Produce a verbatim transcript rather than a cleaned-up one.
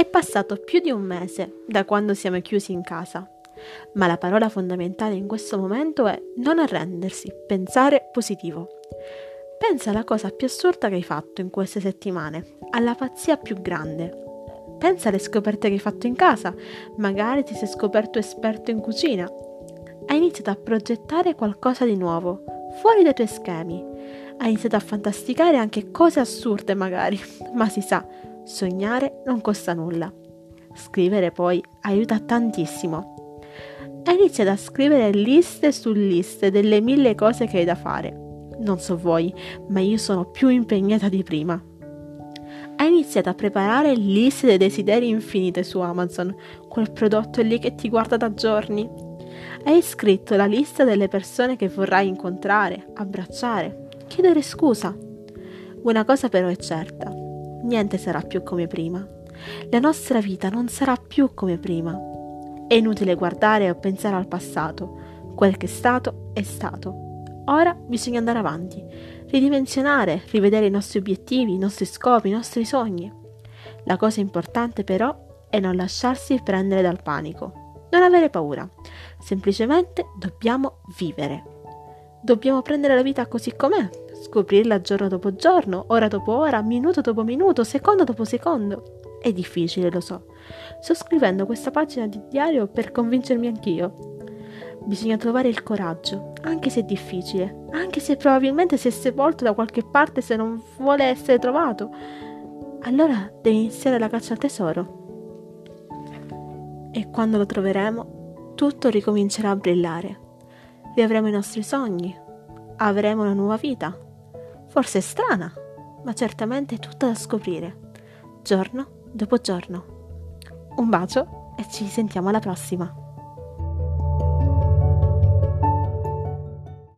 passato più di un mese da quando siamo chiusi in casa, ma la parola fondamentale in questo momento è non arrendersi, pensare positivo. Pensa alla cosa più assurda che hai fatto in queste settimane, alla pazzia più grande. Pensa alle scoperte che hai fatto in casa, magari ti sei scoperto esperto in cucina. Hai iniziato a progettare qualcosa di nuovo, fuori dai tuoi schemi. Hai iniziato a fantasticare anche cose assurde magari, ma si sa, sognare non costa nulla. Scrivere poi aiuta tantissimo. Hai iniziato a scrivere liste su liste delle mille cose che hai da fare. Non so voi, ma io sono più impegnata di prima. Hai iniziato a preparare liste dei desideri infinite su Amazon, quel prodotto lì che ti guarda da giorni. Hai scritto la lista delle persone che vorrai incontrare, abbracciare, chiedere scusa. Una cosa però è certa, niente sarà più come prima. La nostra vita non sarà più come prima. È inutile guardare o pensare al passato. Quel che è stato è stato. Ora bisogna andare avanti, ridimensionare, rivedere i nostri obiettivi, i nostri scopi, i nostri sogni. La cosa importante però è non lasciarsi prendere dal panico, non avere paura, semplicemente dobbiamo vivere. Dobbiamo prendere la vita così com'è, scoprirla giorno dopo giorno, ora dopo ora, minuto dopo minuto, secondo dopo secondo. È difficile, lo so. Sto scrivendo questa pagina di diario per convincermi anch'io. Bisogna trovare il coraggio, anche se è difficile, anche se probabilmente si è sepolto da qualche parte se non vuole essere trovato. Allora deve iniziare la caccia al tesoro. E quando lo troveremo, tutto ricomincerà a brillare. Riavremo i nostri sogni, avremo una nuova vita. Forse è strana, ma certamente tutta da scoprire, giorno dopo giorno. Un bacio e ci sentiamo alla prossima.